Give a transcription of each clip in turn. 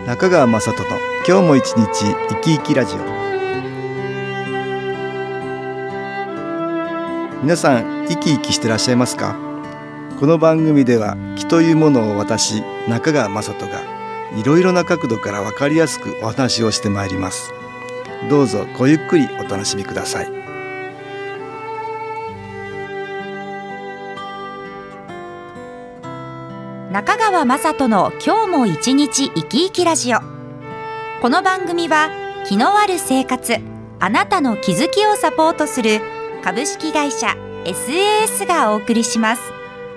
中川雅人の今日も一日生き生きラジオ。皆さん生き生きしてらっしゃいますか？この番組では気というものを私中川雅人がいろいろな角度から分かりやすくお話をしてまいります。どうぞごゆっくりお楽しみください。 中川雅人の今日も一日生き生きラジオ。この番組は気のある生活、あなたの気づきをサポートする株式会社 SAS がお送りします。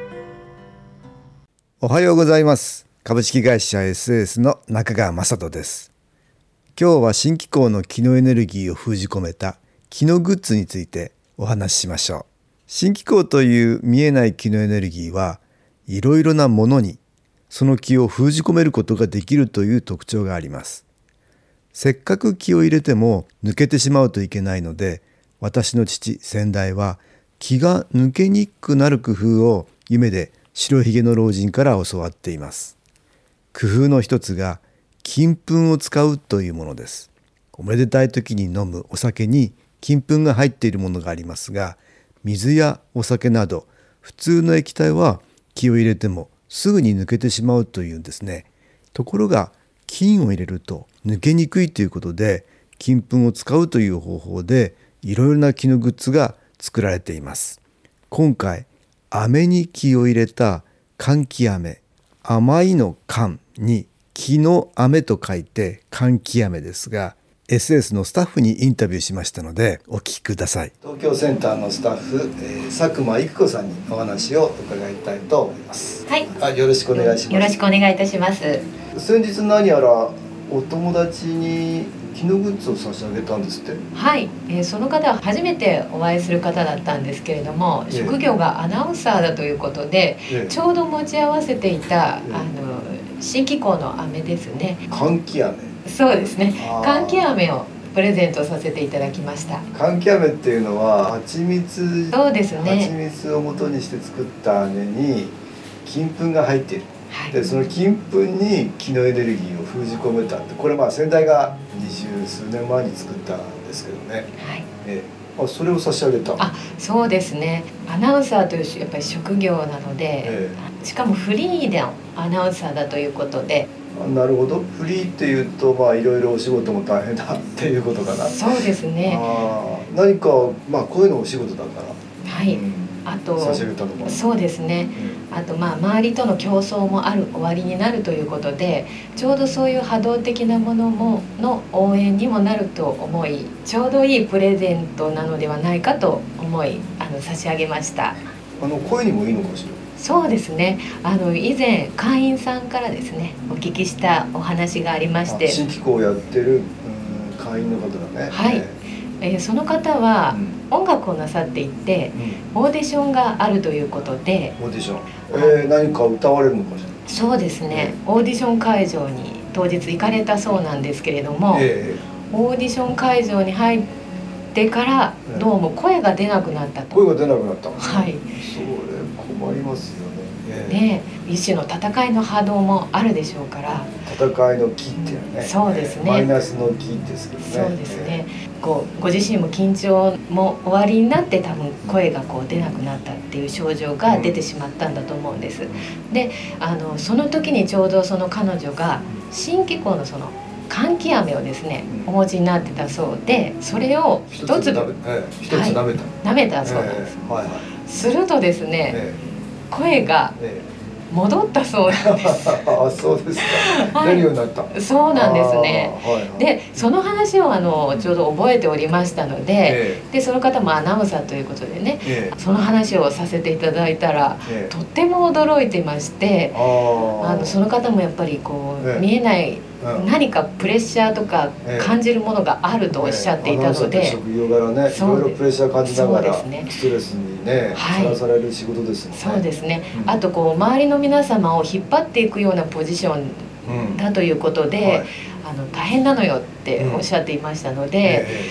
おはようございます。株式会社 SAS の中川雅人です。今日は新機構の気のエネルギーを封じ込めた気のグッズについてお話ししましょう。新機構という見えない気のエネルギーはいろいろなものにその気を封じ込めることができるという特徴があります。せっかく気を入れても抜けてしまうといけないので、私の父先代は気が抜けにくくなる工夫を夢で白ひげの老人から教わっています。工夫の一つが金粉を使うというものです。おめでたい時に飲むお酒に金粉が入っているものがありますが、水やお酒など普通の液体は気を入れてもすぐに抜けてしまうというんですね。ところが金を入れると抜けにくいということで、金粉を使うという方法でいろいろな気のグッズが作られています。今回飴に気を入れた柑橘飴、甘いの柑に気の飴と書いて柑橘飴ですが、SS のスタッフにインタビューしましたのでお聞きください。東京センターのスタッフ、佐久間育子さんにお話を伺いたいと思います。 はい、 よろしくお願いします。 よろしくお願いいたします。 先日何やらお友達に気のグッズを差し上げたんですって。 はい、その方は初めてお会いする方だったんですけれども、職業がアナウンサーだということで、ちょうど持ち合わせていた、新機構の飴ですね。 柑橘飴。 そうですね。柑橘飴をプレゼントさせていただきました。 柑橘飴っていうのは蜂蜜、 そうですね。 蜂蜜を元にして作った飴に金粉が入っている。はい、でその金粉に気のエネルギーを封じ込めたって、これ先代が20数年前に作ったんですけどね。はい。それを差し上げた。 そうですね。アナウンサーというやっぱり職業なので、しかもフリーでアナウンサーだということで。 なるほど。フリーっていうといろいろお仕事も大変だっていうことかな。 そうですね。 何かこういうのお仕事だから。 はい。あと差し上げたのか。そうですね。あと周りとの競争も終わりになるということで、ちょうどそういう波動的なものの応援にもなると思い、ちょうどいいプレゼントなのではないかと思い差し上げました。 声にもいいのかしら。 そうですね。以前会員さんからですねお聞きしたお話がありまして、 新機構をやってる会員の方だね。 はい。その方は音楽をなさっていて、オーディションがあるということで。 オーディション。何か歌われるのかしら。 そうですね。オーディション会場に当日行かれたそうなんですけれども、オーディション会場に入ってからどうも声が出なくなったと。 声が出なくなった。 はい。 それ困りますよね。 ね、一種の戦いの波動もあるでしょうから。 戦いの気っていうね。 そうですね。 マイナスの気ですけどね。 そうですね。ご自身も緊張も終わりになって多分声が出なくなったっていう症状が出てしまったんだと思うんです。で、その時にちょうどその彼女が新機構のその柑橘飴をですね、お持ちになってたそうで、それを一つ舐めたそうなんです。するとですね、声が戻ったそうなんです。 そうですか。出るようになった。 そうなんですね。で、その話をちょうど覚えておりましたので、でその方もアナウンサーということでね、その話をさせていただいたら、とっても驚いてまして、その方もやっぱり見えない何かプレッシャーとか感じるものがあるとおっしゃっていたので、 職業柄ね、いろいろプレッシャー感じながらストレスにねさらされる仕事ですよね。 そうですね。あと周りの皆様を引っ張っていくようなポジションだということで、大変なのよっておっしゃっていましたので、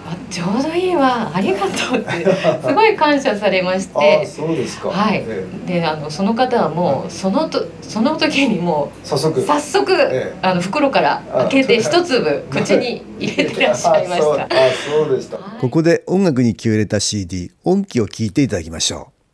ちょうどいいわ、ありがとうってすごい感謝されましてそうですか。 はい、でその方はもうその時にもう早速、袋から開けて一粒口に入れてらっしゃいました。 そうでした。ここで音楽に気を入れた CD 音気を聞いていただきましょう。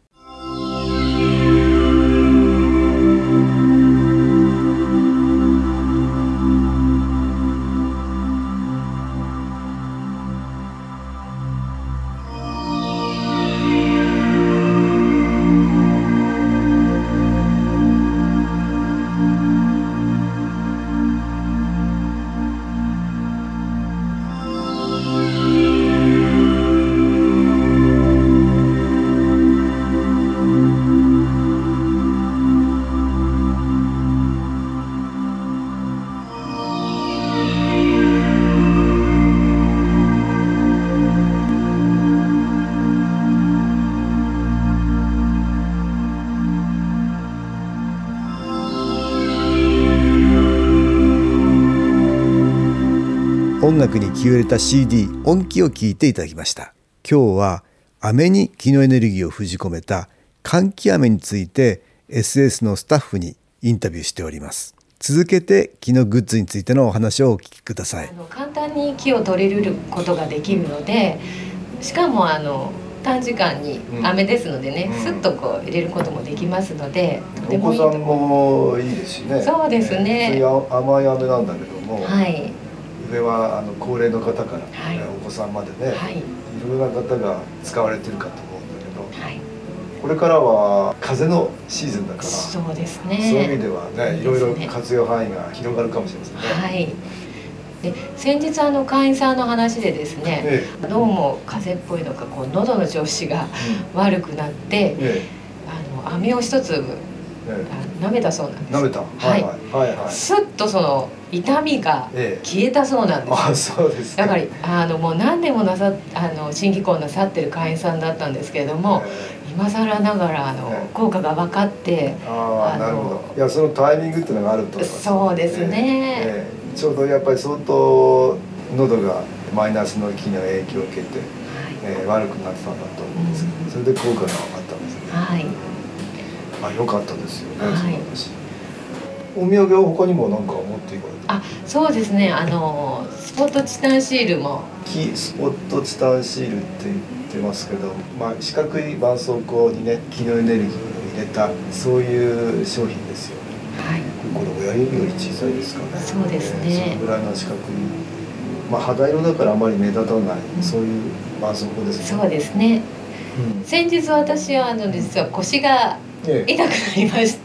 音楽に気を入れた CD 音気を聞いていただきました。今日は飴に気のエネルギーを封じ込めた換気飴について SS のスタッフにインタビューしております。続けて気のグッズについてのお話をお聞きください。 簡単に気を取れることができるので、しかも短時間に飴ですのでね、スッとこう入れることもできますので、 お子さんもいいですしね。 そうですね。 そういう甘い飴なんだけども、 はい、 上は高齢の方から、お子さんまでね、いろいろな方が使われてるかと思うんだけど、これからは風のシーズンだから、 そうですね。 そういう意味ではね、いろいろ活用範囲が広がるかもしれませんね。 はい。で先日会員さんの話でですね、どうも風邪っぽいのかこう喉の調子が悪くなって、飴を一粒舐めたそうなんです。 舐めた。 スッとその痛みが消えたそうなんです。 あ、そうですか。 だからもう何年も新機構なさってる会員さんだったんですけれども、今更ながら効果が分かって、 なるほど。いや、そのタイミングっていうのがあると思います。 そうですね。 ちょうどやっぱり相当喉がマイナスの気の影響を受けて、悪くなってたんだと思うんですけど、それで効果が分かったんですね。 はい。 良かったですよね。その話。お土産は他にも何か持っていかれて。 あ、そうですね。スポットチタンシールも。 スポットチタンシールって言ってますけど、四角い絆創膏にね、気のエネルギーを入れたそういう商品ですよね。はい。これ親指より小さいですかね。 そうですね。 そのぐらいの四角い、肌色だからあまり目立たない、そういう絆創膏ですね。 そうですね。先日私は実は腰が痛くなりまして、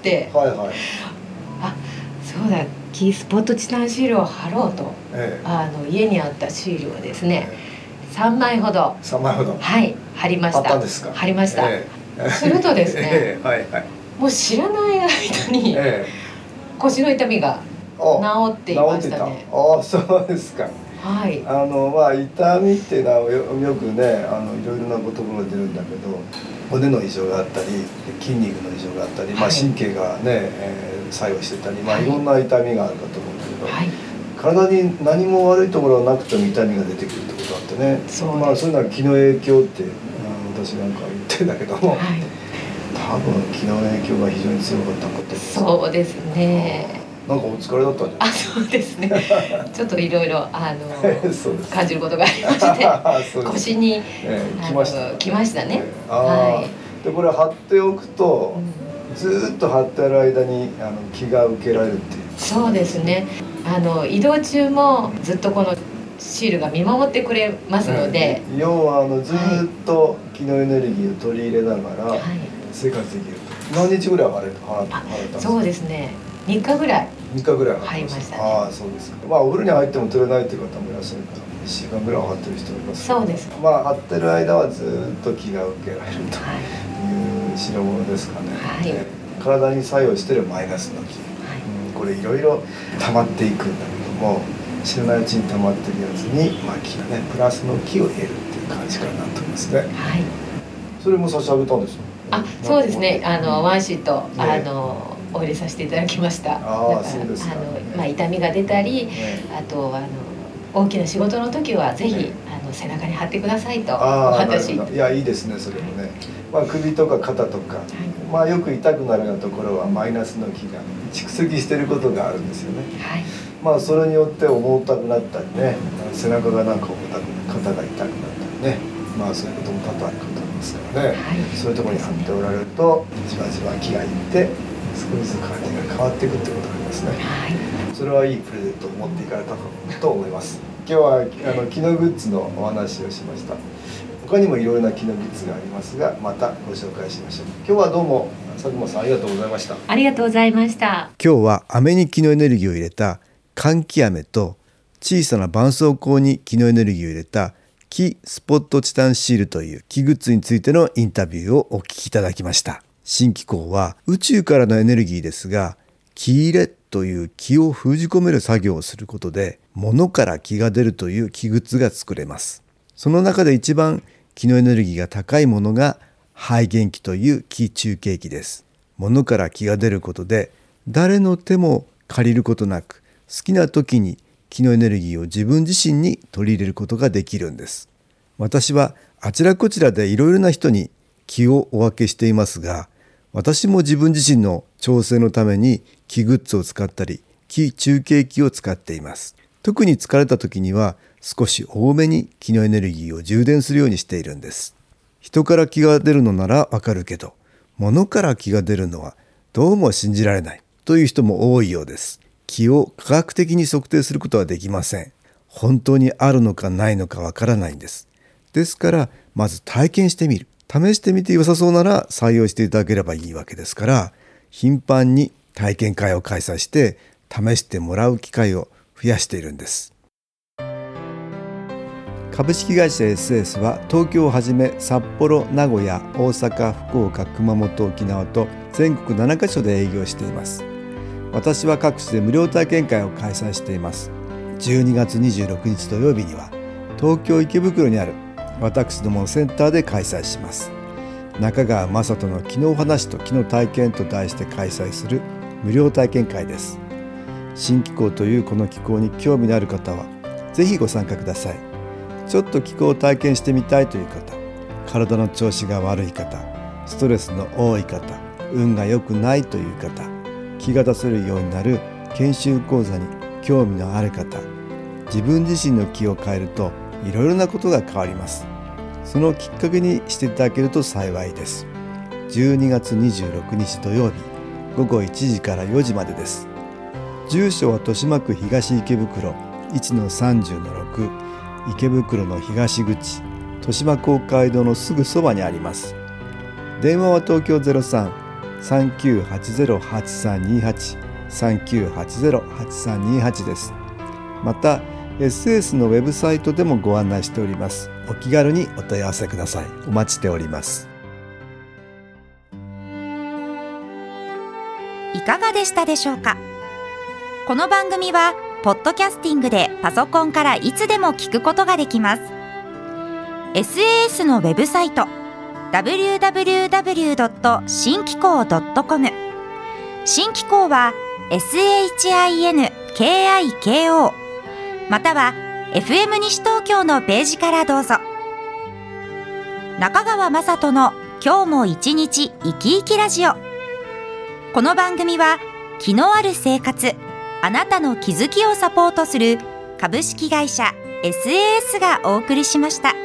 そうだ、スポットチタンシールを貼ろうと、家にあったシールをですね、3枚ほどはい貼りました。貼りました。するとですね、もう知らない間に腰の痛みが治っていましたね。 あ、そうですか。 はい。 痛みっていうのはよくね、いろいろなところが出るんだけど、骨の異常があったり、筋肉の異常があったり、神経がね、作用してたり、いろんな痛みがあるかと思うんだけど、体に何も悪いところがなくても痛みが出てくるってことがあってね。そういうのは気の影響って私なんか言ってんだけども、多分気の影響が非常に強かったことです。 そうですね。 なんかお疲れだったんじゃないですか。 そうですね。ちょっといろいろ感じることがありまして腰に来ましたね。 でこれ貼っておくと、ずっと貼ってある間に気が受けられるっていう。 そうですね。移動中もずっとこのシールが見守ってくれますので、 要はずっと気のエネルギーを取り入れながら生活できる。何日ぐらい貼れたんですか。 そうですね。3日ぐらい貼りましたね。ああ、そうですか。お風呂に入っても取れないという方もいらっしゃるから、1週間ぐらい貼ってる人もいます。 そうです。 貼ってる間はずっと気が受けられるという代物ですかね。体に作用しているマイナスの気、これいろいろ溜まっていくんだけども、知らないうちに溜まってるやつに気がね、プラスの気を入れるっていう感じかなと思いますね。はい。それも差し上げたんですか。 あ、そうですね。ワンシートお入れさせていただきました。 そうですか。 痛みが出たり、あと大きな仕事の時はぜひ背中に貼ってくださいとお話。 いやいいですね、それもね。首とか肩とか、よく痛くなるようなところはマイナスの気が蓄積していることがあるんですよね。それによって重たくなったりね、背中がなんか重たくな肩が痛くなったりね、そういうことも多々あることですからね、そういうところに貼っておられるとじわじわ気がいって少しずつ感じが変わっていくってことがありますね。それはいいプレゼントを持っていかれたと思います。今日は木のグッズのお話をしました。他にもいろいろな木のグッズがありますが、またご紹介しましょう。今日はどうも佐久間さんありがとうございました。 ありがとうございました。 今日は飴に木のエネルギーを入れた換気飴と小さな絆創膏に木のエネルギーを入れた木スポットチタンシールという木グッズについてのインタビューをお聞きいただきました。新気候は宇宙からのエネルギーですが、木入れという気を封じ込める作業をすることで物から気が出るという木グッズが作れます。その中で一番気のエネルギーが高いものが肺元気という気中継機です。物から気が出ることで誰の手も借りることなく好きな時に気のエネルギーを自分自身に取り入れることができるんです。私はあちらこちらでいろいろな人に気をお分けしていますが、私も自分自身の調整のために気グッズを使ったり気中継機を使っています。特に疲れた時には少し多めに気のエネルギーを充電するようにしているんです。人から気が出るのならわかるけど、物から気が出るのはどうも信じられないという人も多いようです。気を科学的に測定することはできません。本当にあるのかないのかわからないんです。ですからまず体験してみる、試してみて良さそうなら採用していただければいいわけですから、頻繁に体験会を開催して試してもらう機会を増やしているんです。株式会社 SS は東京をはじめ札幌、名古屋、大阪、福岡、熊本、沖縄と全国7カ所で営業しています。私は各地で無料体験会を開催しています。12月26日土曜日には東京池袋にある私どものセンターで開催します。中川雅人の気のお話と気の体験と題して開催する無料体験会です。新気候というこの気候に興味のある方はぜひご参加ください。ちょっと気候を体験してみたいという方、体の調子が悪い方、ストレスの多い方、運が良くないという方、気が出せるようになる研修講座に興味のある方、自分自身の気を変えるといろいろなことが変わります。そのきっかけにしていただけると幸いです。12月26日土曜日午後1時から4時までです。住所は豊島区東池袋 1-30-6 池袋の東口、豊島公会堂のすぐそばにあります。電話は東京 03-3980-8328 3980-8328 です。また SS のウェブサイトでもご案内しております。お気軽にお問い合わせください。お待ちしております。 いかがでしたでしょうか。この番組はポッドキャスティングでパソコンからいつでも聞くことができます。 SAS のウェブサイト www. 新気候 .com、 新気候は SHINKIKO または FM 西東京のページからどうぞ。中川雅人の今日も一日生き生きラジオ。この番組は気のある生活、あなたの気づきをサポートする株式会社 SAS がお送りしました。